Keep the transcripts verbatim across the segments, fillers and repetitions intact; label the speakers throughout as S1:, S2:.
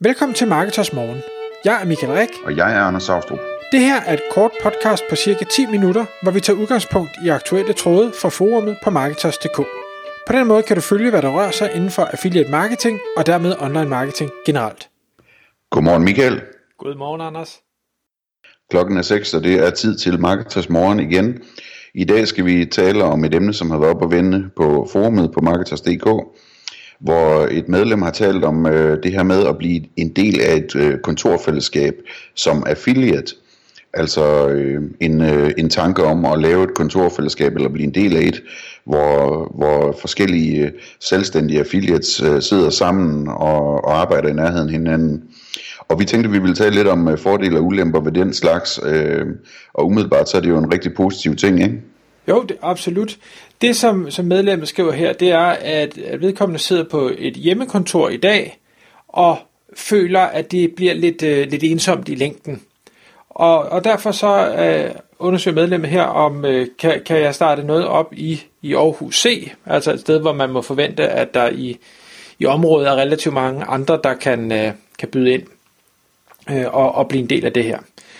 S1: Velkommen til Marketers Morgen. Jeg er Michael Rik.
S2: Og jeg er Anders Saustrup.
S1: Det her er et kort podcast på cirka ti minutter, hvor vi tager udgangspunkt i aktuelle tråde fra forumet på Marketers punktum d k. På den måde kan du følge, hvad der rører sig inden for affiliate marketing og dermed online marketing generelt.
S2: Godmorgen Michael.
S1: Godmorgen Anders.
S2: Klokken er seks, og det er tid til Marketers Morgen igen. I dag skal vi tale om et emne, som har været op at vende på forumet på Marketers punktum d k, hvor et medlem har talt om øh, det her med at blive en del af et øh, kontorfællesskab som affiliate. Altså øh, en, øh, en tanke om at lave et kontorfællesskab eller blive en del af et, hvor, hvor forskellige øh, selvstændige affiliates øh, sidder sammen og, og arbejder i nærheden hinanden. Og vi tænkte, at vi ville tale lidt om øh, fordele og ulemper ved den slags, øh, og umiddelbart så er det jo en rigtig positiv ting, ikke?
S1: Jo, det, absolut. Det som, som medlemmet skriver her, det er, at, at vedkommende sidder på et hjemmekontor i dag, og føler, at det bliver lidt, øh, lidt ensomt i længden. Og, og derfor så øh, undersøger medlemmet her, om øh, kan, kan jeg starte noget op i, i Aarhus C, altså et sted, hvor man må forvente, at der i, i området er relativt mange andre, der kan, øh, kan byde ind øh, og, og blive en del af det her.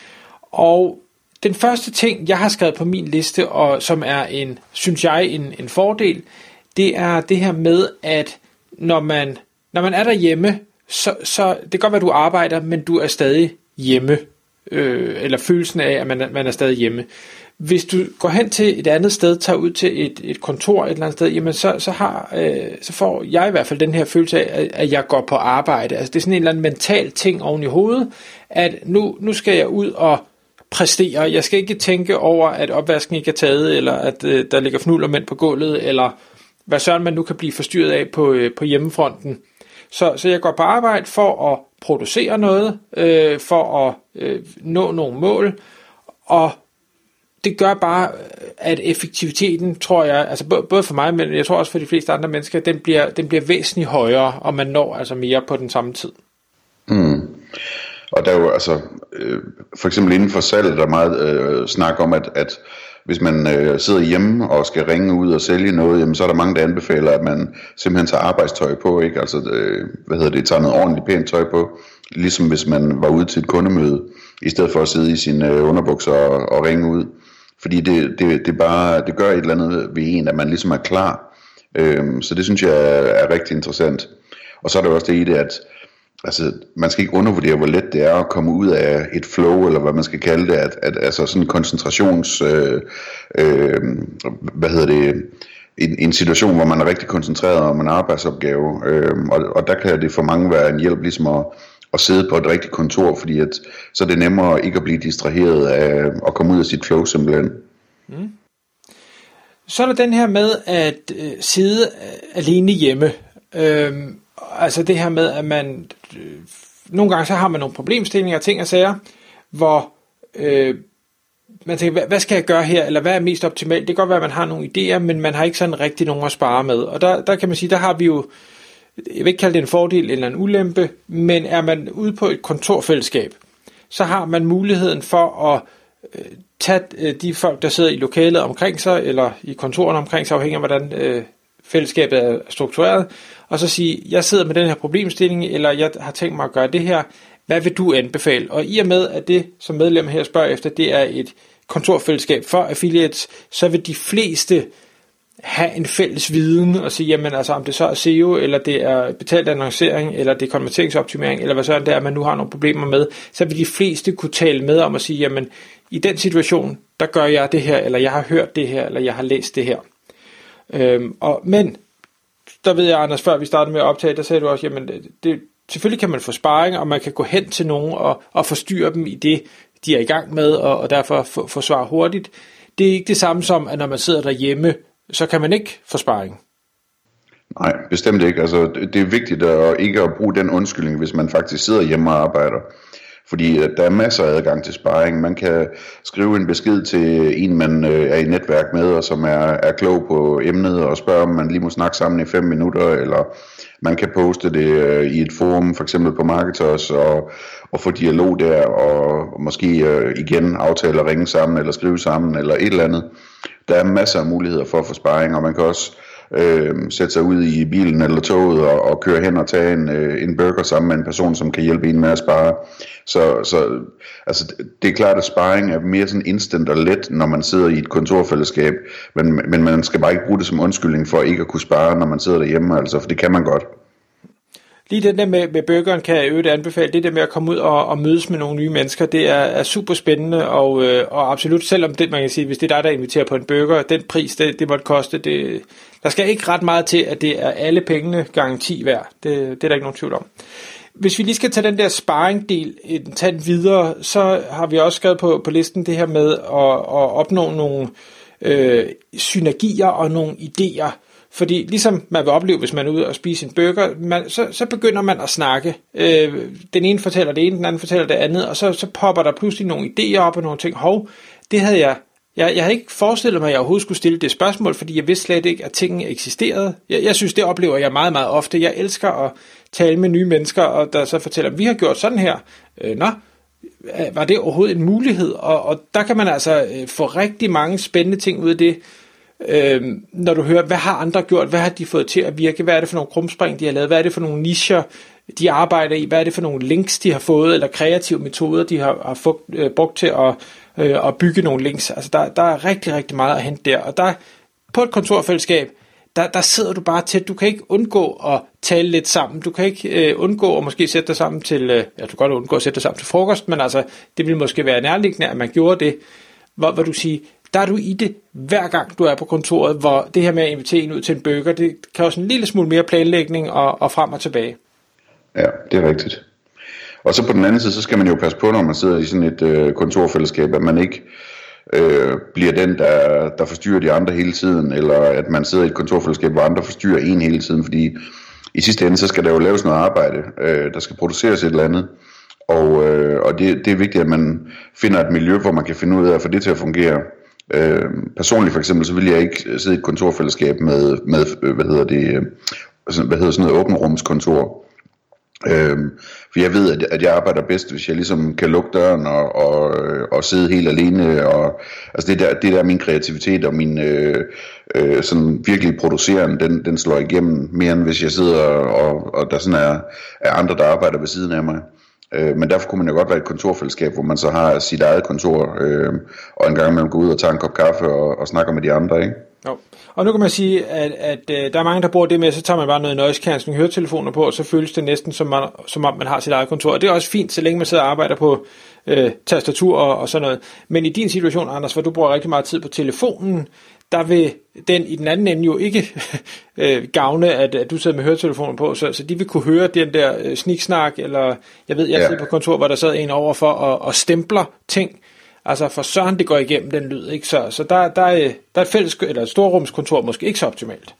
S1: Og den første ting, jeg har skrevet på min liste, og som er en, synes jeg, en, en fordel, det er det her med, at når man, når man er derhjemme, så, så det kan godt være, at du arbejder, men du er stadig hjemme. Øh, eller følelsen af, at man er, man er stadig hjemme. Hvis du går hen til et andet sted, tager ud til et, et kontor et eller andet sted, jamen så, så, har, øh, så får jeg i hvert fald den her følelse af, at jeg går på arbejde. Altså det er sådan en eller anden mental ting oven i hovedet, at nu, nu skal jeg ud og præstere. Jeg skal ikke tænke over, at opvasken ikke er taget, eller at øh, der ligger fnullermænd på gulvet, eller hvad søren man nu kan blive forstyrret af på, øh, på hjemmefronten. Så, så jeg går på arbejde for at producere noget, øh, for at øh, nå nogle mål, og det gør bare, at effektiviteten, tror jeg, altså både for mig, men jeg tror også for de fleste andre mennesker, den bliver, den bliver væsentligt højere, og man når altså mere på den samme tid.
S2: Mm. Og der er jo altså, øh, for eksempel inden for salg, der er meget øh, snak om, at, at hvis man øh, sidder hjemme og skal ringe ud og sælge noget, jamen, så er der mange, der anbefaler, at man simpelthen tager arbejdstøj på, ikke? Altså, øh, hvad hedder det, tager noget ordentligt pænt tøj på, ligesom hvis man var ude til et kundemøde, i stedet for at sidde i sine øh, underbukser og, og ringe ud. Fordi det, det, det, bare, det gør et eller andet ved en, at man ligesom er klar. Øh, så det synes jeg er, er rigtig interessant. Og så er der også det i det, at altså, man skal ikke undervurdere, hvor let det er at komme ud af et flow, eller hvad man skal kalde det, at, at altså sådan en koncentrations, øh, øh, hvad hedder det, en, en situation, hvor man er rigtig koncentreret om en arbejdsopgave, øh, og, og der kan det for mange være en hjælp ligesom at, at sidde på et rigtigt kontor, fordi at, så er det nemmere ikke at blive distraheret af at komme ud af sit flow simpelthen. Mm.
S1: Så er der den her med at øh, sidde alene hjemme. Øh, altså det her med, at man øh, nogle gange så har man nogle problemstillinger og ting og sager, hvor øh, man tænker, hvad, hvad skal jeg gøre her, eller hvad er mest optimalt? Det kan godt være, at man har nogle idéer, men man har ikke sådan rigtig nogen at spare med. Og der, der kan man sige, der har vi jo, jeg vil ikke kalde det en fordel eller en ulempe, men er man ude på et kontorfællesskab, så har man muligheden for at øh, tage øh, de folk, der sidder i lokalet omkring sig, eller i kontorerne omkring sig, afhængig af hvordan øh, fællesskabet er struktureret, og så sige, jeg sidder med den her problemstilling, eller jeg har tænkt mig at gøre det her, hvad vil du anbefale? Og i og med, at det, som medlem her spørger efter, det er et kontorfællesskab for affiliates, så vil de fleste have en fælles viden, og sige, jamen altså, om det så er S E O, eller det er betalt annoncering, eller det er konverteringsoptimering, eller hvad så er det er, man nu har nogle problemer med, så vil de fleste kunne tale med om at sige, jamen, i den situation, der gør jeg det her, eller jeg har hørt det her, eller jeg har læst det her. Øhm, og, men der ved jeg, Anders, før vi startede med at optage, der sagde du også, jamen det, det, selvfølgelig kan man få sparring, og man kan gå hen til nogen og, og forstyrre dem i det, de er i gang med, og, og derfor få, få svar hurtigt. Det er ikke det samme som, at når man sidder derhjemme, så kan man ikke få sparring.
S2: Nej, bestemt ikke. Altså, det er vigtigt at ikke at bruge den undskyldning, hvis man faktisk sidder hjemme og arbejder. Fordi der er masser af adgang til sparring. Man kan skrive en besked til en, man er i netværk med, og som er, er klog på emnet, og spørge, om man lige må snakke sammen i fem minutter, eller man kan poste det i et forum, for eksempel på Marketers, og, og få dialog der, og måske igen aftale at ringe sammen, eller skrive sammen, eller et eller andet. Der er masser af muligheder for at få sparring, og man kan også øh, sætte sig ud i bilen eller toget og, og køre hen og tage en, øh, en burger sammen med en person, som kan hjælpe en med at spare. Så, så altså, det er klart, at sparring er mere sådan instant og let, når man sidder i et kontorfællesskab, men, men man skal bare ikke bruge det som undskyldning for ikke at kunne spare, når man sidder derhjemme, altså, for det kan man godt.
S1: Lige den der med, med burgeren kan jeg øvrigt anbefale. Det der med at komme ud og, og mødes med nogle nye mennesker, det er, er super spændende, og, øh, og absolut, selvom det, man kan sige, hvis det er dig, der inviterer på en burger, den pris, det, det måtte koste, det, der skal ikke ret meget til, at det er alle pengene gange ti værd. Det, det er der ikke nogen tvivl om. Hvis vi lige skal tage den der sparring-del, tage den videre, så har vi også skrevet på, på listen det her med at, at opnå nogle øh, synergier og nogle idéer. Fordi ligesom man vil opleve, hvis man er ude og spiser en burger, man, så, så begynder man at snakke. Øh, den ene fortæller det ene, den anden fortæller det andet, og så, så popper der pludselig nogle idéer op og nogle ting. Hov, det havde jeg, jeg, jeg havde ikke forestillet mig, at jeg overhovedet skulle stille det spørgsmål, fordi jeg vidste slet ikke, at tingene eksisterede. Jeg, jeg synes, det oplever jeg meget, meget ofte. Jeg elsker at tale med nye mennesker, og der så fortæller, vi har gjort sådan her. Øh, nå, var det overhovedet en mulighed? Og, og der kan man altså få rigtig mange spændende ting ud af det. Øhm, når du hører, hvad har andre gjort, hvad har de fået til at virke, hvad er det for nogle krumspring, de har lavet, hvad er det for nogle nicher, de arbejder i, hvad er det for nogle links, de har fået, eller kreative metoder, de har, har fugt, øh, brugt til at, øh, at bygge nogle links. Altså der, der er rigtig, rigtig meget at hente der, og der på et kontorfællesskab, der, der sidder du bare tæt, du kan ikke undgå at tale lidt sammen, du kan ikke øh, undgå at måske sætte dig sammen til, øh, ja, du kan godt undgå at sætte dig sammen til frokost, men altså, det vil måske være nærliggende, at man gjorde det, hvor, hvor du siger, der er du i det hver gang du er på kontoret, hvor det her med at invitere en ud til en burger, det kan også en lille smule mere planlægning og, og frem og tilbage.
S2: Ja, det er rigtigt. Og så på den anden side, så skal man jo passe på, når man sidder i sådan et øh, kontorfællesskab, at man ikke øh, bliver den, der, der forstyrrer de andre hele tiden, eller at man sidder i et kontorfællesskab, hvor andre forstyrrer en hele tiden, fordi i sidste ende, så skal der jo laves noget arbejde, øh, der skal produceres et eller andet, og, øh, og det, det er vigtigt, at man finder et miljø, hvor man kan finde ud af at få det til at fungere. Øh, personligt for eksempel, så vil jeg ikke sidde i et kontorfællesskab med, med hvad hedder det, hvad hedder sådan noget åbenrumskontor. Øh, for jeg ved, at, at jeg arbejder bedst, hvis jeg ligesom kan lukke døren og, og, og sidde helt alene. Og, altså det der, det der min kreativitet og min øh, øh, sådan virkelig produceren, den, den slår igennem mere end hvis jeg sidder og, og der sådan er, er andre, der arbejder ved siden af mig. Men derfor kunne man jo godt være et kontorfællesskab, hvor man så har sit eget kontor, øh, og en gang man går ud og tager en kop kaffe og, og snakker med de andre, ikke?
S1: Jo. Og nu kan man sige, at, at, at der er mange, der bruger det med, så tager man bare noget noise cancelling høretelefoner på, og så føles det næsten som, man, som om man har sit eget kontor. Og det er også fint, så længe man sidder og arbejder på øh, tastatur og, og sådan noget. Men i din situation, Anders, hvor du bruger rigtig meget tid på telefonen, der vil den i den anden ende jo ikke øh, gavne, at, at du sidder med høretelefoner på, så, så de vil kunne høre den der øh, sniksnak, eller jeg ved, jeg sidder ja. på kontor, hvor der sad en over for at og stempler ting, altså for søren det går igennem den lyd, ikke? Så, så der, der, er, der er et fælles, eller et storrumskontor måske ikke så optimalt.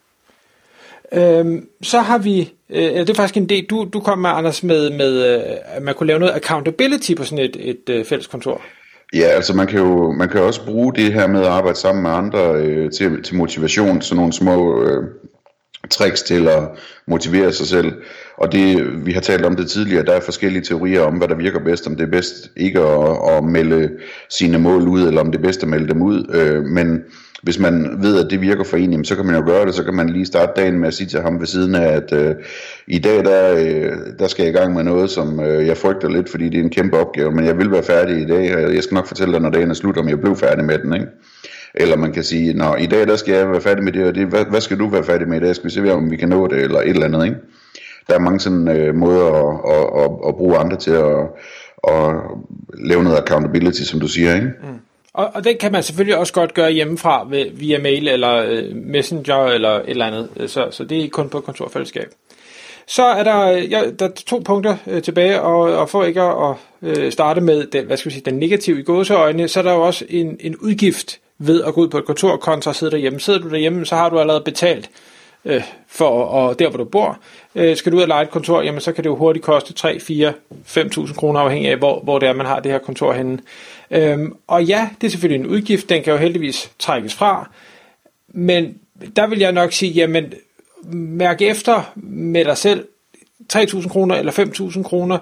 S1: Øhm, så har vi, øh, det er faktisk en idé, du, du kom med, Anders, med, med øh, at man kunne lave noget accountability på sådan et, et øh, fælles kontor.
S2: Ja, altså man kan jo man kan også bruge det her med at arbejde sammen med andre øh, til, til motivation, sådan nogle små øh, tricks til at motivere sig selv. Og det, vi har talt om det tidligere, der er forskellige teorier om, hvad der virker bedst, om det er bedst ikke at, at melde sine mål ud, eller om det er bedst at melde dem ud. Øh, men hvis man ved, at det virker for en, så kan man jo gøre det, så kan man lige starte dagen med at sige til ham ved siden af, at øh, i dag, der, øh, der skal jeg i gang med noget, som øh, jeg frygter lidt, fordi det er en kæmpe opgave, men jeg vil være færdig i dag, og jeg skal nok fortælle dig, når dagen er slut, om jeg blev færdig med den, ikke? Eller man kan sige, nå, i dag, der skal jeg være færdig med det, og det, hvad, hvad skal du være færdig med i dag? Skal vi se, om vi kan nå det, eller et eller andet, ikke? Der er mange sådan øh, måder at, at, at, at bruge andre til at, at lave noget accountability, som du siger, ikke? Mm.
S1: Og, og det kan man selvfølgelig også godt gøre hjemmefra ved, via mail eller øh, messenger eller et eller andet, så, så det er ikke kun på kontorfællesskab. Så er der, ja, der er to punkter øh, tilbage, og, og for ikke at øh, starte med den, hvad skal vi sige, den negative i gåseøjne, så er der jo også en, en udgift ved at gå ud på et kontor kontra at sidde derhjemme. Sidder du derhjemme, så har du allerede betalt øh, for, og der hvor du bor. Øh, skal du ud og lege et kontor, jamen så kan det jo hurtigt koste tre, fire, fem tusind kroner afhængig af, hvor, hvor det er, man har det her kontor henne. Øhm, og ja, det er selvfølgelig en udgift, den kan jo heldigvis trækkes fra, men der vil jeg nok sige, jamen mærk efter med dig selv, tre tusind kroner eller fem tusind kroner,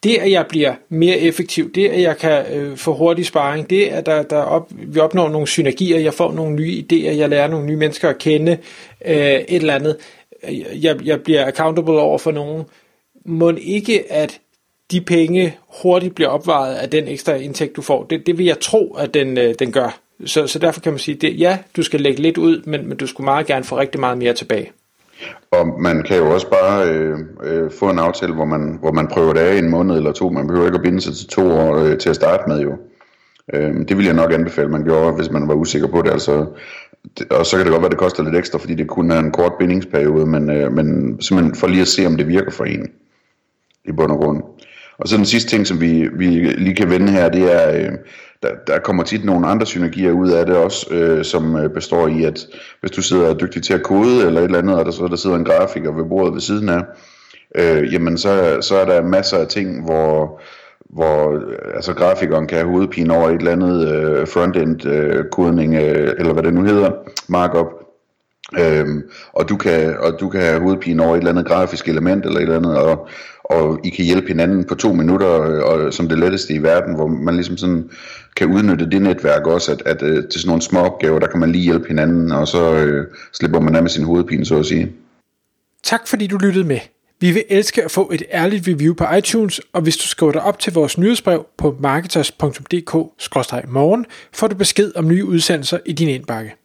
S1: det, at jeg bliver mere effektiv, det, at jeg kan øh, få hurtig sparring, det, at der, der op, vi opnår nogle synergier, jeg får nogle nye idéer, jeg lærer nogle nye mennesker at kende, øh, et eller andet, jeg, jeg bliver accountable over for nogen, må ikke, at de penge hurtigt bliver opvejet af den ekstra indtægt, du får. Det, det vil jeg tro, at den, øh, den gør. Så, så derfor kan man sige, at ja, du skal lægge lidt ud, men, men du skulle meget gerne få rigtig meget mere tilbage.
S2: Og man kan jo også bare øh, øh, få en aftale, hvor man, hvor man prøver det af en måned eller to. Man behøver ikke at binde sig til to år øh, til at starte med jo. Øh, det vil jeg nok anbefale, man gjorde, hvis man var usikker på det. Altså, det, og så kan det godt være, at det koster lidt ekstra, fordi det kun er en kort bindingsperiode, men, øh, men simpelthen for lige at se, om det virker for en i bund og grund. Og så den sidste ting, som vi, vi lige kan vende her, det er, øh, der, der kommer tit nogle andre synergier ud af det også, øh, som øh, består i, at hvis du sidder dygtig til at kode eller et eller andet, og der så der sidder en grafiker ved bordet ved siden af, øh, jamen så, så er der masser af ting, hvor, hvor altså, grafikeren kan have hovedpine over et eller andet øh, frontend øh, kodning, øh, eller hvad det nu hedder, markup. Øhm, og, du kan, og du kan have hovedpine over et eller andet grafisk element eller et eller andet, og, og I kan hjælpe hinanden på to minutter, og, som det letteste i verden, hvor man ligesom sådan kan udnytte det netværk også, at, at, at til sådan nogle små opgaver, der kan man lige hjælpe hinanden, og så øh, slipper man af med sin hovedpine, så at sige.
S1: Tak fordi du lyttede med. Vi vil elske at få et ærligt review på iTunes, og hvis du skriver dig op til vores nyhedsbrev på marketers punktum d k skråstreg morgen, får du besked om nye udsendelser i din indbakke.